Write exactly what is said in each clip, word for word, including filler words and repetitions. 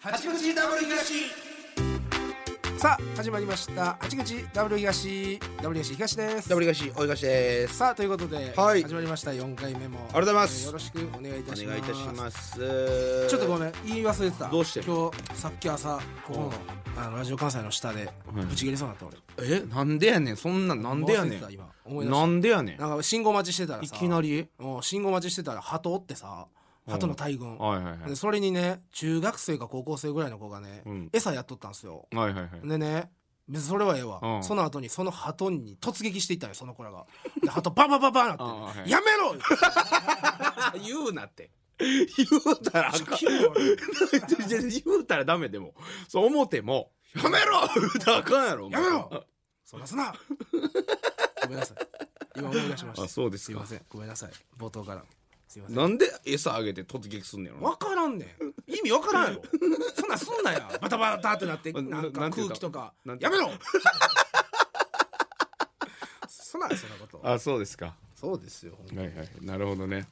八口ダブル東。さあ始まりました八口ダブル東。ダブル東東です。 ダブル東お東です。 さあということで、はい、始まりましたよんかいめも。 ありがとうございます、 えー、よろしくお願いいたします。 お願いいたします。 ちょっとごめん言い忘れてた。 どうして？ 今日さっき朝ここのあのラジオ関西の下でぶち切れそうになった俺。 えなんでやねん、そんななんでやねん。 今思い出した。 なんでやねん。 なんか信号待ちしてたらさ、 いきなりもう信号待ちしてたら鳩おってさ、鳩の大群、 はいはいはい、 でそれにね中学生か高校生ぐらいの子がね、うん、餌やっとったんですよ。 はいはいはい。 でね別にそれはええわ、 うん、その後にその鳩に突撃していったよその子らが。で鳩バンバンバンバンなって、はい、やめろ言うなって言うたらあかん言うたらダメ。でもそう思ってもやめろ言うたらあかんやろ。 やめろそんなすなごめんなさい今思い出しました。 あそうですか。 すいませんごめんなさい冒頭からすいません。 なんで餌あげて突撃すんねんの。 分からんねん意味分からんやろそんなんすんなやバタバタってなってなんか空気とかやめろそんなんそんなこと。 あそうですか。 そうですよ。 はいはいなるほどね。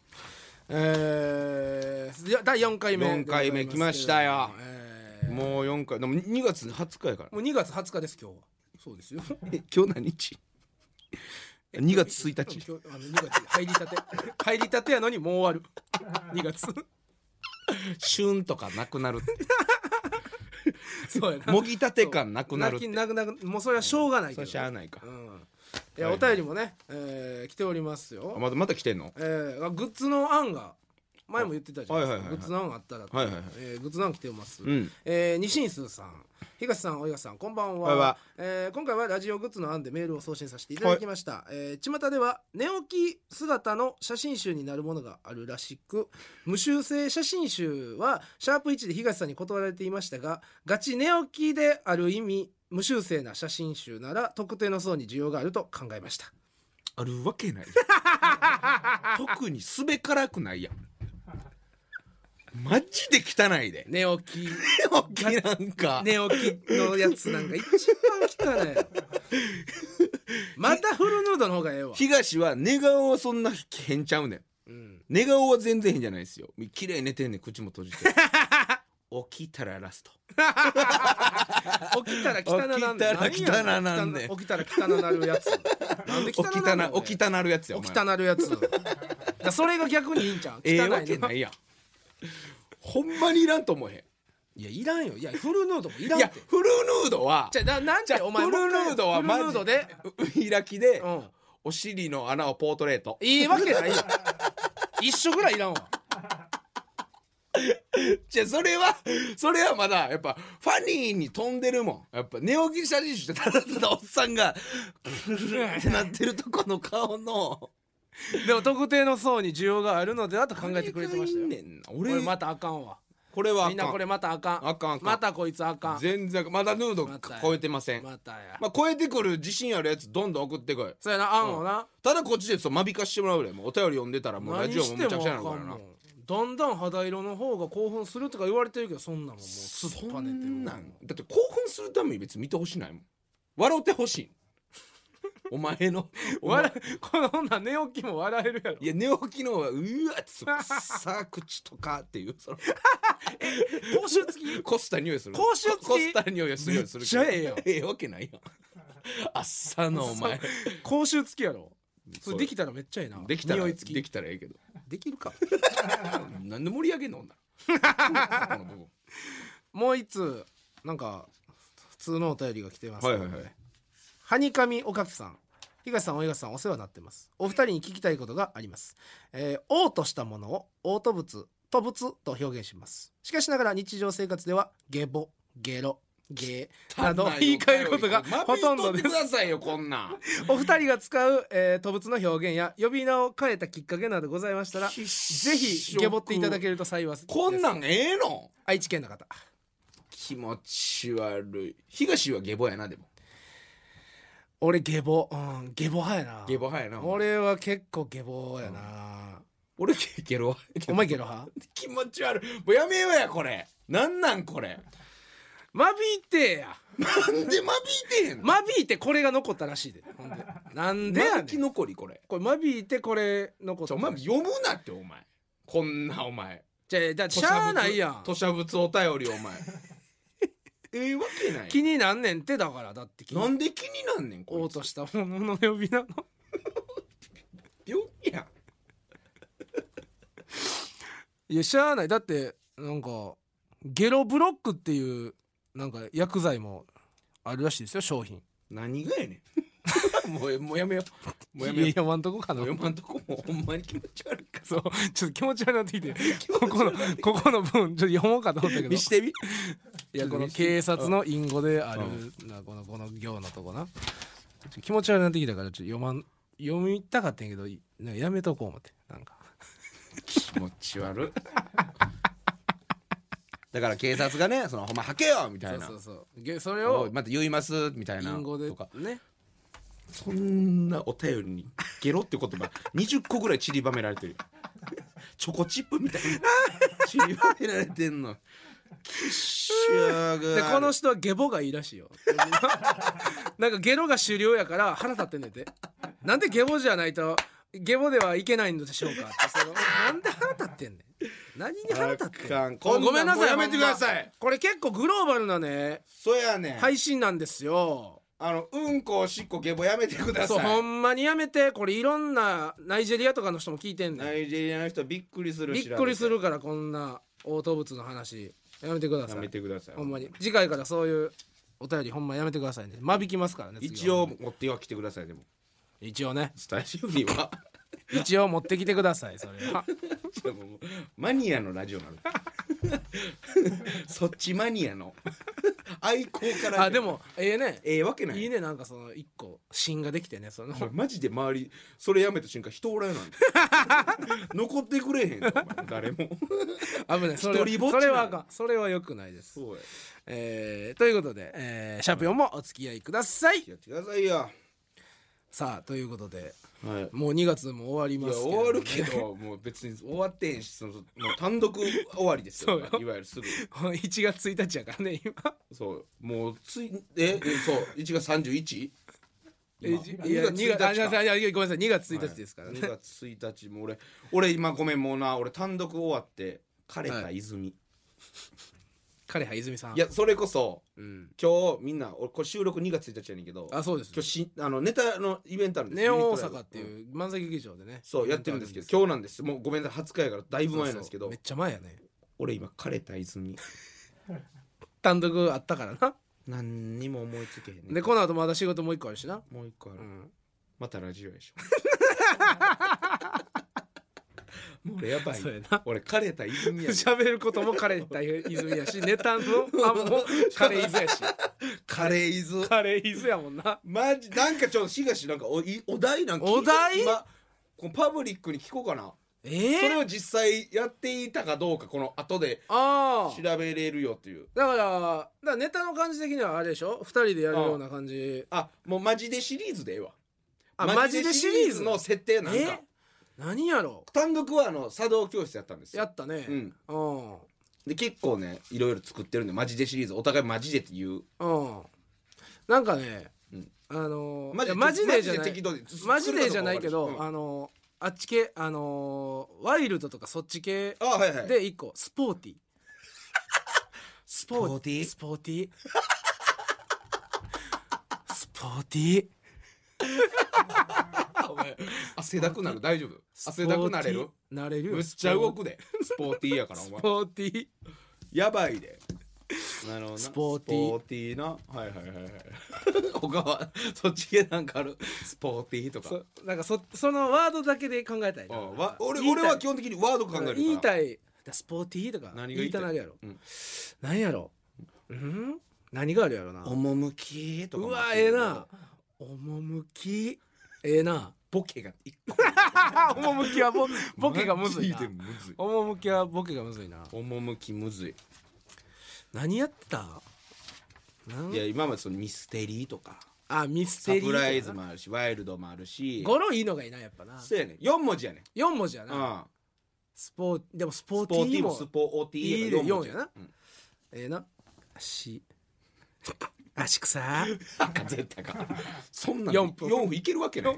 えー、だいよんかいめよんかいめ来ましたよ、 えー、 もうよんかいでもにがつはつかやから。 もうにがつはつかです今日は。そうですよえ今日何日にがつついたち。 今日あのにがつ入りたて入りたてやのにもう終わるにがつ旬とかなくなるってそうやなもぎたて感なくなるってなくなくもうそれはしょうがないけど、 それしゃあないか、 うん、いや、はいはい、お便りもね、えー、来ておりますよ。 まだまだ来てんの、 えー、グッズの案が前も言ってたじゃないですか、 はいはいはいはい、 グッズの案があったらって、 はいはいはい、 えー、グッズの案来てます、 うんえー、西数さん東さんお東さんこんばんは、 はえー、今回はラジオグッズの案でメールを送信させていただきました、はいえー、巷では寝起き姿の写真集になるものがあるらしく無修正写真集はシャープいちで東さんに断られていましたがガチ寝起きである意味無修正な写真集なら特定の層に需要があると考えました。 あるわけない特にすべからくないやんマジで汚いで寝起き寝起きなんか寝起きのやつなんか一番汚いまたフルヌードの方がええわ。 東は寝顔はそんな変ちゃうねん、うん、寝顔は全然変じゃないですよ。綺麗寝てんねん口も閉じて起きたらラスト起きたら汚なんで起きたら汚なんで起きたら汚なるやつなんで汚なる起きたなるやつよ。 起きたなるやつだそれが逆にいいんちゃう。汚いええわけないやんほんまにいらんと思えへん。 いやいらんよ。いやフルヌードもいらんって。いやフルヌードはじゃあなんてお前フルヌードはマジフルヌードで開きで、 うん、 お尻の穴をポートレートいいわけないよ一緒ぐらいいらんわじゃあそれはそれはまだやっぱファニーに飛んでるもん。やっぱ寝起き写真集ってただただおっさんがってなってるとこの顔のでも特定の層に需要があるのではと考えてくれてましたよ。 俺これまたあかんわ。 これはあかん。 みんなこれまたあかん。 あかんあかん。 またこいつあかん。 全然まだヌード超えてません。 またや。 まあ超えてくる自信あるやつどんどん送ってこい。 そうやな案をな、うん。ただこっちでそう間引かしてもらうぐらい。もうお便り読んでたらもうラジオもむちゃくちゃなるからな。 だんだん肌色の方が興奮するとか言われてるけどそんなもんもうすっぱねてる。そんなんだって興奮するために別に見てほしないもん。笑ってほしい。お前のお前こんな寝起きも笑えるやろ。 いや寝起きの方がうわってさあ口とかっていうそのえ口臭付きこすった匂いする。 口臭付きこすった匂いするようにするけどめっちゃええやん。 ええわけないやん朝のお前口臭付きやろ。それできたらめっちゃええな。 できたらできたらええけどできるかなんで盛り上げんの女この部分もう一つなんか普通のお便りが来てます、ね。 はいはいはい。 はにかみおかきさん東さんお東さんお世話になってます。お二人に聞きたいことがあります。えー、嘔吐したものを嘔吐物吐物と表現します。しかしながら日常生活ではゲボゲロゲーなど言い換えることがほとんどです。 くださいよこんなんお二人が使う、えー、吐物の表現や呼び名を変えたきっかけなどございましたらぜひゲボっていただけると幸いです。 こんなんええの。 愛知県の方。 気持ち悪い。東はゲボやな。でも俺ゲボ、うん、ゲボ派やな。 ゲボ派やな。 俺は結構ゲボやな、うん、 俺ゲロお前ゲロ派気持ち悪い。もうやめようやこれ。なんなんこれ間引いてや。 なんで間引いてんの。 間引いてこれが残ったらしいで。ほんでなんでやねん。 生き残りこれ。 これ間引いてこれ残った。 お前読むなってお前。こんなお前。 じゃあじゃあしゃあないやん。 吐砂物お便りお前ええわけない。 気になんねんって。だからだって気になんで気になんねんこいつ。 おうとしたものの呼び名の病気やん。 いやしゃあない。だってなんかゲロブロックっていうなんか薬剤もあるらしいですよ、商品。 何がやねん。もうもうやめよう。もうやいめよう。 や読まんとこかな。 もう読まんとこもほんまに気持ち悪いかそうちょっと気持ち悪くなってきてここのここの分ちょっと読もうかと思ったけど、 見してみ。 いやこの警察の隠語であるな、このこの行のとこな、ちょっと気持ち悪くなってきたからちょっと読まん読みたかったんやけどなんかやめとこう思って、なんか気持ち悪い。だから警察がね、そのほんま吐けよみたいな、 そうそうそうげそれおをいまた言いますみたいな隠語でとか、 ね。 そんなお便りにゲロって言葉にじゅっこぐらい散りばめられてるよ。チョコチップみたいに散りばめられてんの。きっしゃがでこの人はゲボがいいらしいよ。なんかゲロが主流やから腹立ってんねんて。なんでゲボじゃないとゲボではいけないのでしょうかってそのなんで腹立ってんねん。何に腹立ってんあかんの。 こんなんごめんなさい、 もうやめてください。 これ結構グローバルなねそやねん、 配信なんですよ。 あのうんこおしっこゲボやめてください。 そうほんまにやめて。これいろんなナイジェリアとかの人も聞いてんねん。 ナイジェリアの人びっくりする。 びっくりするからこんな嘔吐物の話やめてください。 やめてくださいほんまに次回からそういうお便りほんまやめてくださいね。間引きますからね。次一は応持っては来てください。でも一応ねスタジオには一応持ってきてください。それはでももうマニアのラジオなの。そっちマニアの愛好からあでもええねええわけない。 いいね。なんかその一個芯ができてね、そのお前マジで周りそれやめた瞬間人おらんよなんて残ってくれへんぞお前誰も。 危ないそれ一人ぼっちなのそれはあかん。それは良くないです。 そうや、 えー、ということで、えー、シャープよんもお付き合いください。 やってくださいよ。 さあということではい、 もうにがつも終わりいやますけど、 終わるけどもう別に終わってへんし、そのもう単独終わりですよ。 そうよいわゆるすぐいちがつついたちやからね今。 そうもうついええそういちがつさんじゅういちえいやにがついたちか。いやごめんなさいにがつついたちですからね、 にがつついたちも俺俺今ごめんもうな俺単独終わって枯れた泉、 枯葉泉さん。 いやそれこそうん、 今日みんな俺これ収録にがつついたちやねんけど、 あそうです今日しあのネタのイベントあるんですネオン大ユニットライブ阪っていう漫才劇場でねそうやってるんですけど今日なんです。もうごめんなさいはつかやからだいぶ前なんですけど、 そうそうめっちゃ前やね。 俺今枯れた泉単独あったからな。 何にも思いつけへんねん。 でこの後まだ仕事もう一個あるしな。 もう一個ある、 うんまたラジオやしもう俺やばいそうやな。 俺枯れた泉やで喋ることも枯れた泉やしネタの案も枯れ泉やしカレーイズ枯れ泉やもんな。 マジなんかちょっと東なんかおいお題なんか聞いてお題今このパブリックに聞こうかな、 えー、 それを実際やっていたかどうかこの後であ調べれるよっていう。 だからだからネタの感じ的にはあれでしょ、ふたりでやるような感じ。 あもうマジでシリーズでええわ。 あマジでシリーズの設定なんかえ何やろ単独はあの茶道教室やったんですよ。 やったね。 うんうんで結構ねいろいろ作ってるんでマジでシリーズお互いマジでっていううんなんかね、 うんあのー、 マジいやマジでじゃないマジで適当でマジでじゃないけど、 うんあのー、あっち系あのー、ワイルドとかそっち系あはいはいで一個スポーティースポーティースポーティースポーティーお前汗だくなる大丈夫汗だくなれるなれるよ。 むっちゃ動くでスポーティーやからおス前ポーティーやばいでなるほどなスポーティースポーティーなはいはいはいはい他はそっち系なんかあるスポーティーとかそなんか そ, そのワードだけで考えたいな。 あわ俺言いたい俺は基本的にワード考えるから言いたいだスポーティーとか何が言いたい言いたなるやろ、 うん、 何やろうん何があるやろな。 趣とかうわええな趣ええなボケが一個趣はボボケがむずいなマジでむずい趣はボケがむずいな。 趣むずい。 何やってたなんいや今までそのミステリーとかあミスサテリーとかなプライズもあるしワイルドもあるし語呂いいのがいいなやっぱな。 そうやねよん文字やねよん文字やな。 あスポーでもスポスーティーもポーティーもスポーティーいいでやよんやな。 うんええな足足草あかん絶対かそんなんよんぷんよんぷんいけるわけない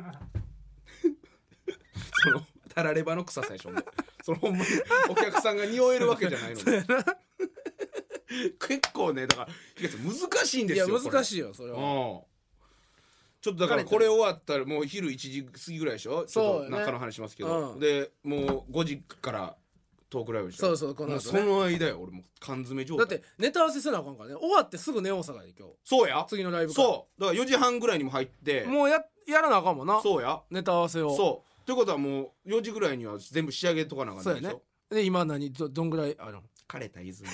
そのタラレバの草最初ねそのほんまにお客さんが匂えるわけじゃないのに結構ねだから難しいんですよ。 いや難いしいよそれは。 ちょっとだからこれ終わったらもう昼いちじ過ぎぐらいでしょ。ちょっと中の話しますけど、 うん、 でもうごじからトークライブでしょ。 そうそうこの後、 ね、その間よ俺もう缶詰状態。 だってネタ合わせせなあかんからね。終わってすぐ寝大阪で今日。 そうや次のライブから。 そうだからよじはんぐらいにも入ってもうややらなあかんもんな。 そうやネタ合わせを。 そうということはもうよじぐらいには全部仕上げとかなあかんそうやね。で今何 ど, どんぐらいあるの。 枯れた泉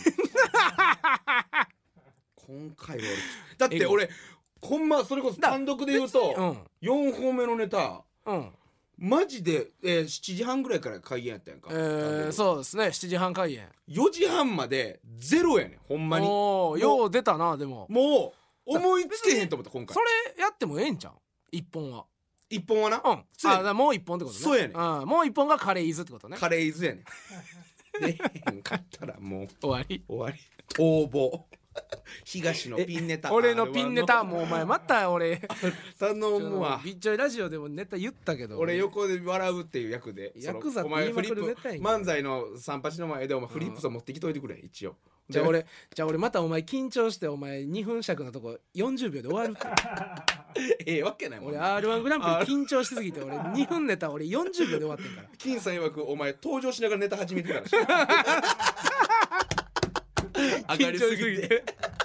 今回は俺だって俺ほんまそれこそ単独で言うと、うん、よんほんめのネタ、うん、マジで、えー、しちじはんぐらいから開演やったやんか、 えー、そうですねしちじはん開演よじはんまでゼロやねんほんまに。 およう出たな。でももう思いつけへんと思った今回。 それやってもええんちゃう一本は。 一本はな、 うん、あだもう一本ってことね。 そうやねん、 うん、もう一本がカレーイズってことね。 カレーイズやねんねえへんかったらもう終わり終わり応募東のピンネタ俺のピンネタもうお前また俺頼むわ。 ビッチョイラジオでもネタ言ったけど俺横で笑うっていう役でヤクザって言いまくるネタやんけ。 漫才の三八の前でお前フリップさ持ってきといてくれ一応。 じゃあ俺じゃあ俺またお前緊張してお前にふん尺のとこよんじゅうびょうで終わるってええわけないもん。 俺 アールワン グランプリ緊張しすぎて俺にふんネタ俺よんじゅうびょうで終わってんから。 金さん曰くお前登場しながらネタ始めてたらしい上がりすぎて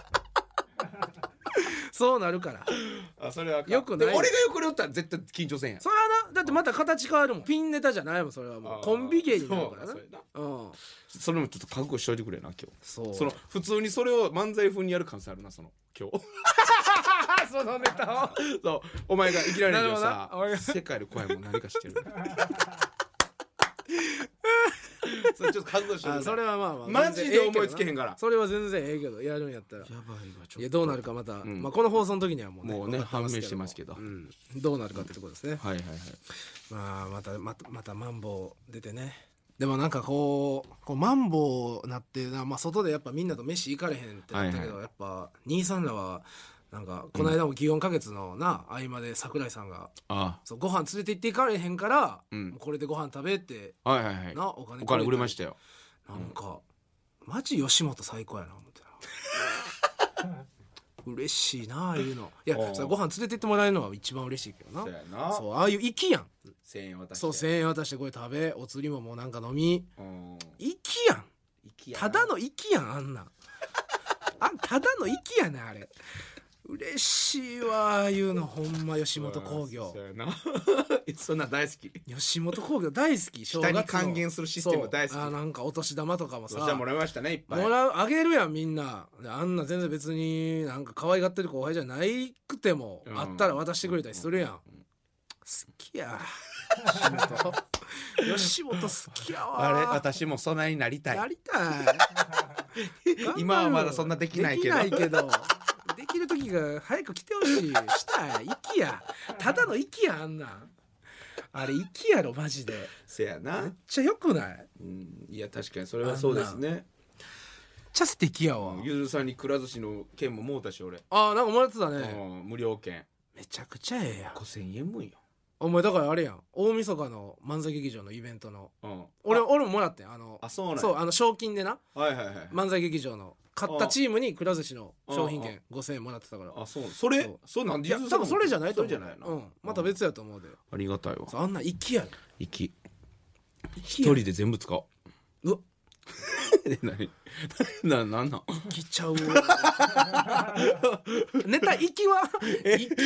そうなるから。 あそれはよくない。 俺が横におったら絶対緊張せんやん。 それはなだってまた形変わるもん。ピンネタじゃないもんそれはもうコンビ芸になるからな。 そうなうん、 それもちょっと覚悟しといてくれな今日。 そうその普通にそれを漫才風にやる感性あるなその今日そのネタをそうお前がいきなりでさ世界で怖いもん何か知ってるそれちょっと覚悟してる。 それはまあまあマジで思いつけへんから。 それは全然ええけどやるんやったらやばいわちょっと。 いやどうなるかまた、 うん、 まあこの放送の時にはもうねもうね判明してますけど、 うん、どうなるかってとこですね。 はいはいはい。 まあまたまたまたマンボウ出てね。でもなんかこうこうマンボウなってな、まあ、外でやっぱみんなと飯行かれへんってなったけど、はいはい、やっぱ兄さんらはなんかこの間も祇園花月のな合間で桜井さんがああそうご飯連れて行って行かれへんから、 うん、 もうこれでご飯食べってはいはいはいなお金お金くれましたよ。 なんか、うん、マジ吉本最高やな思ってな嬉しいなああいうの。いやそれご飯連れて行ってもらえるのは一番嬉しいけどな。 そうやな。 そうああいう粋やん。 せんえん渡してそうせんえん渡してこれ食べお釣りももうなんか飲み粋やん。 やただの粋やんあんなんあんただの粋やねあれ。嬉しいわああいうのほんま吉本興業。 そうやなそんな大好き。 吉本興業大好き。 正月の下に還元するシステム大好き。 あなんかお年玉とかもさお年玉もらいましたねいっぱい。 もらうあげるやんみんな。あんな全然別になんか可愛がってる後輩じゃないくても、うん、あったら渡してくれたりするやん、うん、好きや吉本吉本好きやわ。 あれ私もそんなになりたい。 なりたい今はまだそんなできないけどできないけどできる時が早く来てほしい。したい粋やただの粋やあんなんあれ粋やろマジで。 せやなめっちゃよくない？ うん、いや確かにそれはそうですね。 めっちゃ素敵やわ。 ゆずさんにくら寿司の券ももうたし俺。 あーなんかもらってたね。 無料券めちゃくちゃええやん。 ごせんえん分よ。 お前だからあれやん大晦日の漫才劇場のイベントの、 うん、 俺俺ももらってんあのあそうなんそうあの賞金でな、 はいはいはい、 漫才劇場の買ったチームにくら寿司の商品券ごせんえんもらってたから。 あそうそれそうそうなんで。いや多分それじゃないと思う。 それじゃないな、 うん、また別やと思うで。 ありがたいわ。 あんな粋やろ粋一人で全部使おう。うわ何ななんなん生きちゃうネタ生きは生き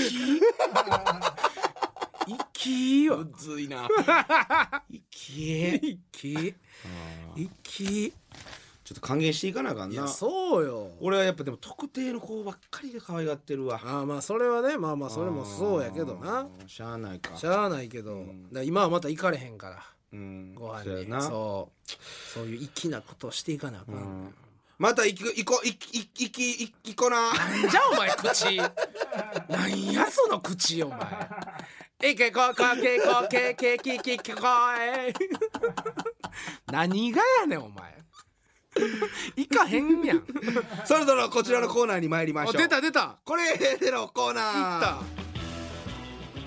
生きはむずいな生き生き生きちょっと還元していかなあかんな。 いやそうよ。 俺はやっぱでも特定の子ばっかりで可愛がってるわ。 ああまあそれはねまあまあそれもそうやけどな。 しゃあないか。 しゃあないけど、うん、だから今はまた行かれへんから、 うん、 ご飯にそうそうそういう粋なことをしていかなあかん、うん、 また行こ行こ行き行き行こな。 なんじゃお前口なんやその口お前いけここけこけけきききこえ何がやねんお前行かへんやんそろそろこちらのコーナーに参りましょう。 出た出たこれでのコーナー。 行った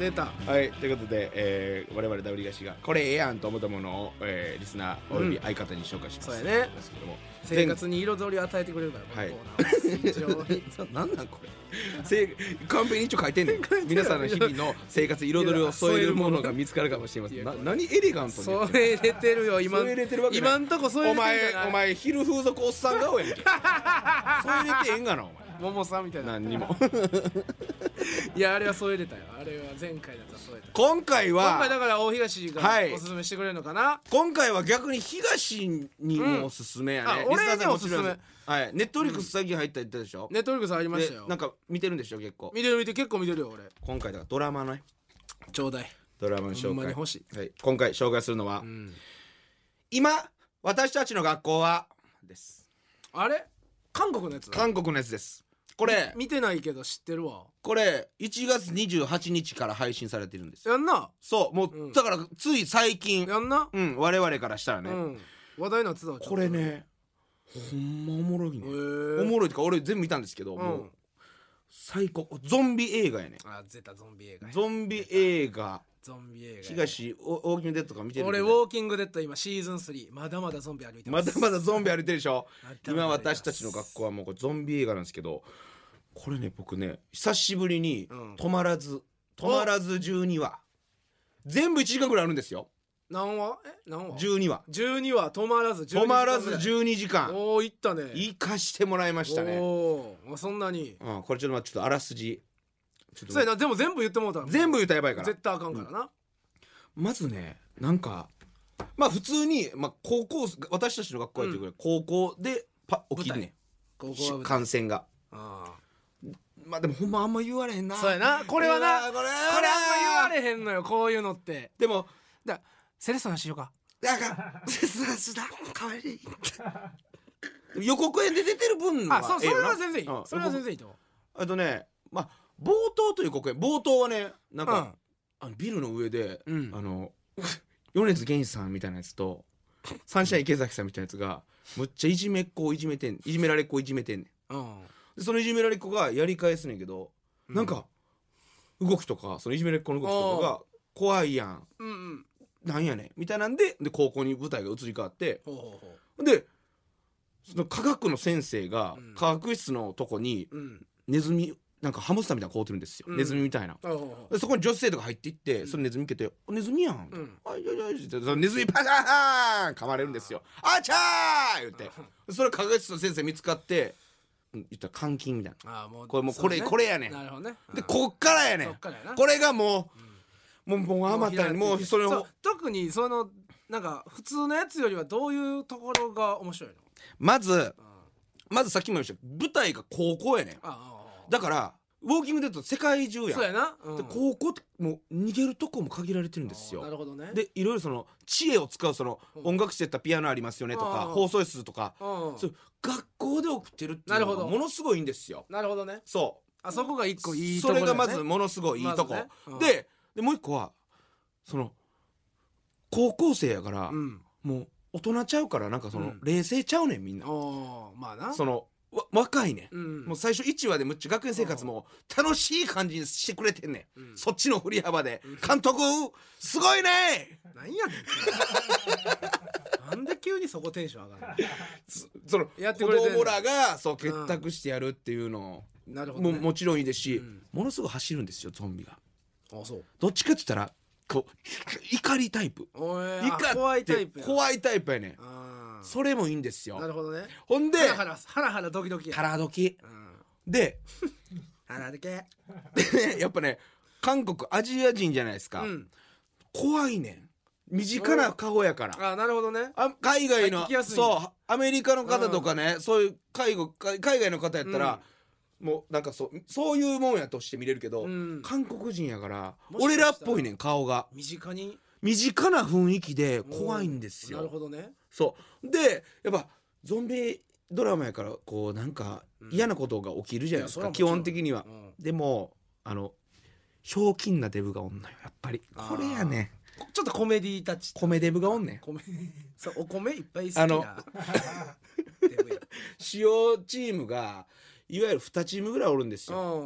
出た。 はいということで、えー、我々ダブリガシがこれええやんと思ったものを、えー、リスナーおよび相方に紹介します、 そうやねですけども生活に彩りを与えてくれるからこのコーナーは非常にななんなんこれせカンペに一応書いてんねん皆さんの日々の生活に彩りを添えるものが見つかるかもしれませんな何エレガントにそれ入れてるよ今それ入れてるわけない今んとこそれお入れてる前お前昼風俗おっさん顔やんけそれ入れてええんがなお前桃さんみたいな何にもいやあれは添えれたよあれは前回だったら添えた今回は今回だから大東がはいおすすめしてくれるのかな、 今回は逆に東にもおすすめやね、 うんあリスナーさん俺におすすめもちろんはいネットフリックス最近入った言ったでしょ、 ネットフリックスありましたでよなんか見てるんでしょ結構見てる見てる結構見てるよ俺今回だからドラマのねちょうだいドラマのほん紹介まに欲しい、 はい、今回紹介するのは、 うん、 今私たちの学校はですあれ韓国のやつ韓国のやつですこれ見てないけど知ってるわこれいちがつにじゅうはちにちから配信されてるんですよやんなそうもう、 うんだからつい最近やんな、 うん我々からしたらね、 うん話題になってたわちょっとこれねほんまおもろいね、 へーおもろいとか俺全部見たんですけど、 うんもう最高ゾンビ映画やねあ絶対ゾンビ映画やゾンビ映画ゾンビ映画や東おウォーキングデッドとか見てる俺ウォーキングデッド今シーズンスリーまだまだゾンビ歩いてまますだまだゾンビ歩いてるでしょまだまだ今私たちの学校はもうこれゾンビ映画なんですけどこれね僕ね久しぶりにうん止まらず、止まらずじゅうにわ全部いちじかんぐらいあるんですよ何話え何話じゅうにわじゅうに話止まらず止まらずじゅうゅうにじかんおおいったね行かしてもらいましたね、 おおそんなにうん、これちょっと待ってちょっとあらすじちょっとそうやなでも全部言ってもうたら全部言うたらやばいから絶対あかんからな、 まずねなんかまあ普通に、まあ、高校私たちの学校やってるぐらい、高校でパ起きんねんここは舞台感染があまあでもほんまあんま言われへんなあそうやなこれはなこれはこれあんま言われへんのよこういうのってでもだセレッソのしようかなんかさすだかわいい予告編で出てる分はあそうそれええよなは全然いい、 うんそれは全然いいと思うあとねまあ冒頭という予告編冒頭はねなんか、 うんあのビルの上で、 うんあの米津玄師さんみたいなやつとサンシャイン池崎さんみたいなやつがむっちゃいじめっ子をいじめてんいじめられっ子をいじめてんねんうんでそのいじめられっ子がやり返すねんけど、 うんなんか動きとかそのいじめられっ子の動きとかが怖いやんうんうんなんやねんみたいなんでで高校に舞台が移り変わってほうほうほでその科学の先生がうん科学室のとこにううんネズミなんかハムスターみたいなの飼うてるんですよ、 うんネズミみたいなほうほうほでそこに女子生徒が入っていってそのネズミ見つけて「ネズミやん」 うんあいやいやいやってそのネズミパシャーン噛まれるんですよ「あちゃー!」言ってそれ科学室の先生見つかってうん言ったら監禁みたいなああもうこれもうこれそうねこれやねんなるほどねでこっからやねんそっからやなこれがもうもうもうあまたにもうそれをう特にそのなんか普通のやつよりはどういうところが面白いのまずうんまずさっきも言いました舞台が高校やねんああだからウォーキングデッド世界中やんそうやな、うんで高校ってもう逃げるとこも限られてるんですああなよるほどねでいろいろその知恵を使うそのうん音楽室やったらピアノありますよねとかうん放送室とかうんそう学校で起きてるっていうのなるほどがものすごいいいんですよなるほどねそあそこが一個ういいところだねそれがまずものすごいいいとこ、 まずねうんででもう一個はその高校生やから、 うんもう大人ちゃうからなんかその、 うん冷静ちゃうねんみんなおーまあなそのわ若いねん、 うんもう最初いちわでむっちゃ学園生活も楽しい感じにしてくれてんねん、 うんそっちの振り幅で、監督すごいねなんやねんなんで急にそこテンション上がるそのやって子くれてんの供らがそう結託してやるっていうののなるほど、ね、 ももちろんいいですし、 うんものすごい走るんですよゾンビがあそうどっちかって言ったらこう怒りタイプおい怒ってあ怖いタイプや怖いタイプやねんあーそれもいいんですよなるほどねほんでハラハラハラハラドキドキやタラ時うんでハラドキでねやっぱね韓国アジア人じゃないですか、 うん怖いねん身近な顔やからあなるほどねあ海外の聞きやすいそうアメリカの方とかね、そういう海外海外の方やったら、もうなんかそうそういうもんやとして見れるけど、 うん韓国人やからもしかしたら俺らっぽいねん顔が身近に身近な雰囲気で怖いんですよなるほどねそうでやっぱゾンビドラマやからこうなんか嫌なことが起きるじゃないですか、基いやそれはもちろん本的には、 うんでもあのひょうきんなデブがおんのよやっぱりあーこれやねちょっとコメディタッチ米デブがおんねん米そうお米いっぱい好きなあのデブや主要チームがいわゆるにチームぐらいおるんですようん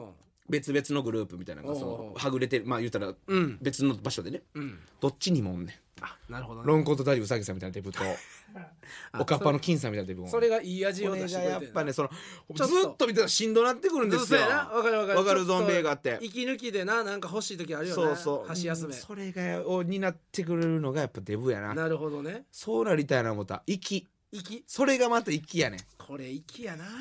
別々のグループみたいなのがそのはぐれてる、まあ言うたらうん別の場所でね、 うん、 どっちにもおんねん。 あ、なるほどね。 ロンコンと大ウサギさんみたいなデブとおかっぱの金さんみたいなデブもそれがいい味これがを出してくれてやっぱねそのちょっとずっと見てたらしんどなってくるんですよ。 そうやな、わかるわかる。 わかるゾンビ映画って息抜きでな、なんか欲しい時あるよね。 そうそう箸休め。 それがを担ってくれるのがやっぱデブやな。 なるほどね。 そうなりたいな思った息息、 それがまた息やねん。 これ息やな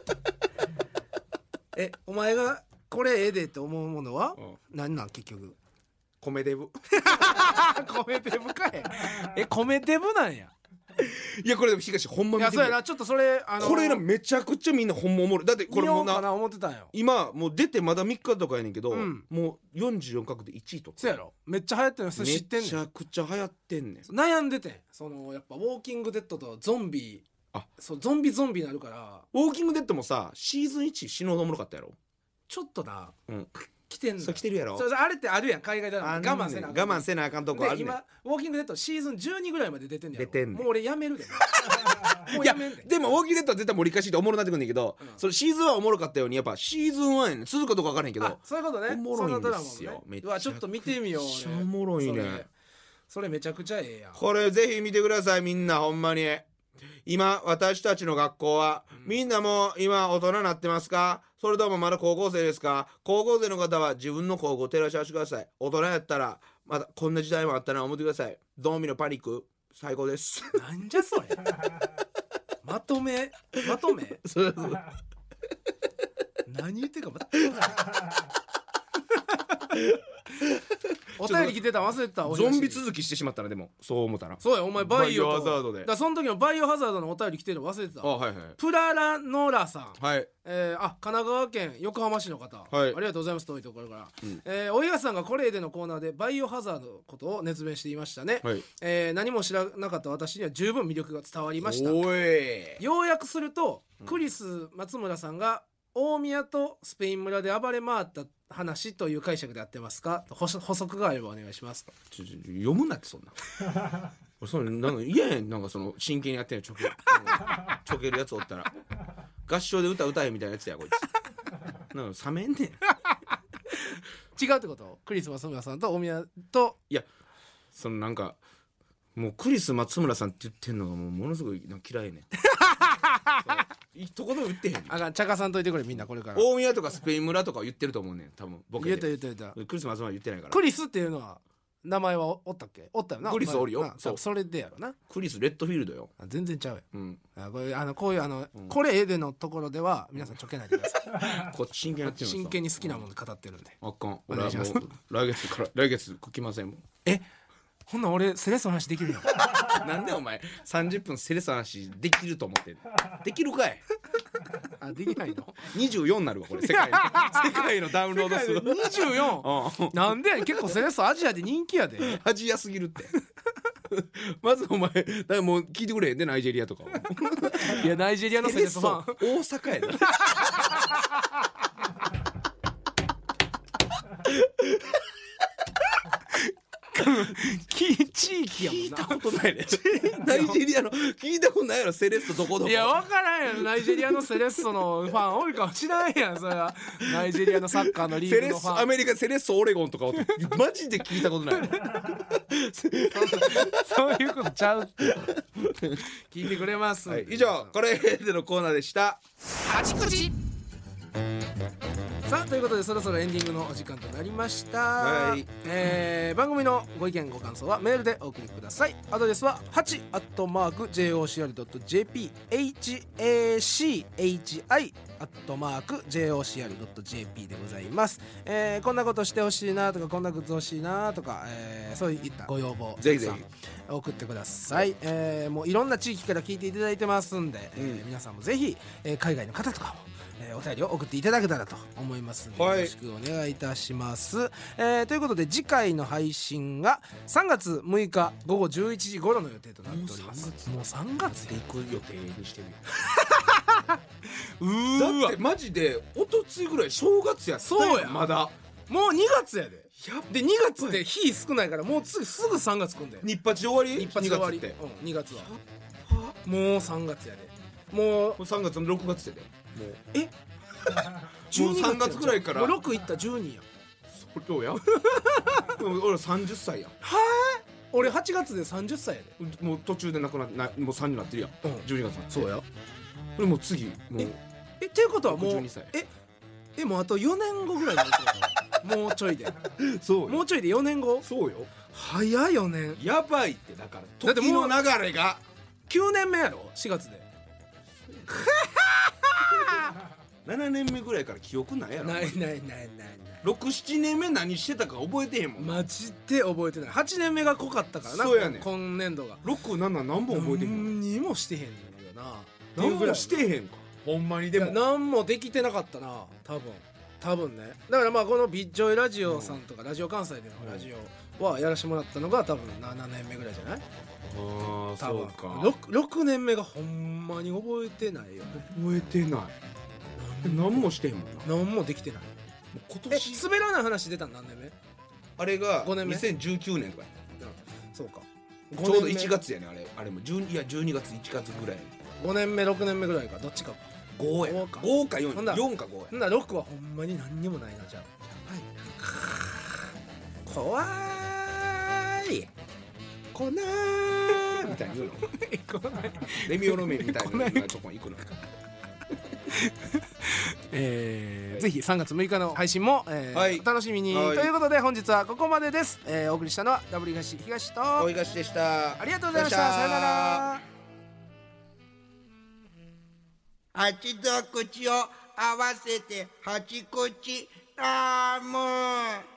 え、お前がこれええでって思うものは、 うん、 何なん結局。 米デブ米デブかい。え、米デブなんや。 いやこれでも東ほんま見てみいやそうやな、ちょっとそれあのー、 これなめちゃくちゃみんなほんまおもろい。だってこれもな見ようかな思ってたんよ。 今もう出てまだみっかとかやねんけど、 うん、 もうよんじゅうよんかこくでいちいと。 そうやろ、めっちゃ流行ってるのそれ知ってんねん。 めちゃくちゃ流行ってんねん。 悩んでてん、そのやっぱウォーキングデッドとゾンビ、 あ、 そうゾンビゾンビになるから。 ウォーキングデッドもさシーズンいち死ぬほどおもろかったやろ。 ちょっとな、うん、来てんの。 そう来てるやろ。 そうそう、あれってあるやん、海外ドラマ我慢せなあかん我慢せなあかんとこあるねん。 今ウォーキングデッドシーズンじゅうにぐらいまで出てんねん。 出てんねん。 もう俺やめるでもうやめんで。 でもウォーキングデッドは絶対盛り返しでおもろなってくんねんけど、うん、それシーズンはおもろかったようにやっぱシーズンワンやねん。続くかどうか分からへんけど、 そういうことね。 おもろいんですよ。 ね、うわちょっと見てみよう。めっちゃおもろいね。 それ、それめちゃくちゃええやん。 これぜひ見てくださいみんな。ほんまに今私たちの学校は、うん、みんなもう今大人になってますか？それともまだ高校生ですか？高校生の方は自分の高校を照らし合わせてください。大人やったらまだこんな時代もあったな思ってください。ドンビのパニック最高です。 なんじゃそれまとめまとめそうそう何言ってるか全く分からないお便り来てた忘れてた。 ゾンビ続きしてしまったな。でもそう思ったらそうや、お前バイオハザードでだ、その時のバイオハザードのお便り来てるの忘れてた。 あ、はいはい。 プララノラさん、 はい、 えー、あ、神奈川県横浜市の方、はい、ありがとうございます。遠いところから、うん、えー、お東さんがこれでのコーナーでバイオハザードのことを熱弁していましたね、はい、えー、何も知らなかった私には十分魅力が伝わりました。 おい、 要約すると、クリス松村さんが大宮とスペイン村で暴れ回った話という解釈でやってますか？補足があればお願いします。 ちょちょ読むなってそんなそれなんか嫌やん、なんかその真剣にやってんのちょけちょけるやつおったら合唱で歌歌えみたいなやつやこいつなんか冷めんねん違うってこと？クリス松村さんと大宮と、 いやそのなんかもうクリス松村さんって言ってんのがもうものすごい嫌いねん一言も言ってへんねん。 あかん、茶化さんといてくれみんなこれから。 大宮とかスペイン村とか言ってると思うねん多分僕言った言った言った。 クリス松村言ってないから。 クリスっていうのは名前はおったっけ？おったよな。 クリスおるよ、 まあ、そう、それでやろな。 クリスレッドフィールドよ。 あ、全然ちゃうよ、 うん、 あこういうあのこういうあの、 うん、 これ絵でのところでは皆さんちょけないでくださいこっち真剣にやってるの真剣に好きなもの語ってるんで、 うん、あかん、俺はもう来月から来月来ませんもん。 え、ほんな俺セレッソの話できるよなんでお前さんじゅっぷんセレッソの話できると思ってんできるかいあ、できないのにじゅうよんになるわこれ世界の世界のダウンロード数にじゅうよんなんで結構セレッソアジアで人気やでアジアすぎるってまずお前だからもう聞いてくれへんでナイジェリアとかいやナイジェリアのセレッソファン大阪やで地域やもんな。 聞いたことないねナイジェリアの聞いたことないやろセレッソどこどこ。 いや分からんやろ、ナイジェリアのセレッソのファン多いかもしれないやん。それはナイジェリアのサッカーのリーグのファン、 アメリカセレッソオレゴンとかマジで聞いたことないそ, そういうことちゃうって聞いてくれます、 はい、以上これでのコーナーでした。 あちこちさあということでそろそろエンディングのお時間となりました、はい、えー、番組のご意見ご感想はメールでお送りください。アドレスははちアットマーク ジェイオーシーアールドットジェーピー hachihi アットマーク ジェイオーシーアールドットジェーピー でございます、えー、こんなことしてほしいなとかこんなこと欲しいなとか、えー、そういったご要望ぜひぜひ送ってください、えー、もういろんな地域から聞いていただいてますんで、うん、えー、皆さんもぜひ、えー、海外の方とかもえー、お便りを送っていただけたらと思いますので、はい、よろしくお願いいたします、えー、ということで次回の配信がさんがつむいかごごじゅういちじ頃の予定となっております。もうさんがつで行く予定にしてるうーわだってマジでおとついぐらい正月やったよ。 そうやまだもうにがつやで。でにがつって日少ないからもうすぐすぐさんがつくんだよ。 日八で終わり。 日八で終わりって、うん、にがつはもうさんがつやで。もうさんがつのろくがつでもうえもうさんがつぐらいからもうろくいったじゅうにや。 そうや俺さんじゅっさいやん。 はあ、俺はちがつでさんじゅっさいやで。 もう途中で亡くなってなもうさんになってるやん、 うんじゅうにがつになって。 そうや。 俺もう次もうえっていうことはもうろくじゅうにさいええもうあとよねんごぐらいになるってこともうちょいでそうもうちょいでよねんご。 そうよ。 早いよねん。 やばいってだからだってもう時の流れがきゅうねんめやろしがつで。 ななねんめぐらいから記憶ないやろ。 ないないないないない。 ろく、ななねんめ何してたか覚えてへんもん。 マジで覚えてない。はちねんめが濃かったからな。 そうやねん今年度がろく、なな何本覚えてへんの。 何にもしてへんのよな。 何もしてへんかほんまに。でもいや何もできてなかったな多分多分ね。だからまあこのビッジョイラジオさんとかラジオ関西でのラジオはやらしてもらったのが多分ななねんめぐらいじゃない。 ああ多分そうか 6, ろくねんめがほんまに覚えてないよね。 覚えてない何もしてへんもんな。 何もできてない。え今年滑らない話出たの何年目。 あれがごねんめにせんじゅうきゅうねんとかやそうかちょうどいちがつやねん。あれあれもじゅういやじゅうにがついちがつぐらいやねん。 ごねんめろくねんめぐらいかどっちか。 ごやごかごかよんほんならよんかごや。 ほんならろくはほんまに何にもないな。じゃあ怖いこなーみたいに言うのレミオロメンみたいなとこに行くの。 えー、ぜひさんがつむいかの配信も、えーはいお楽しみに、 はいということで本日はここまでです、えーお送りしたのはダブル東東と大東でした。 ありがとうございました。さよなら。 八と口を合わせて八口あーもう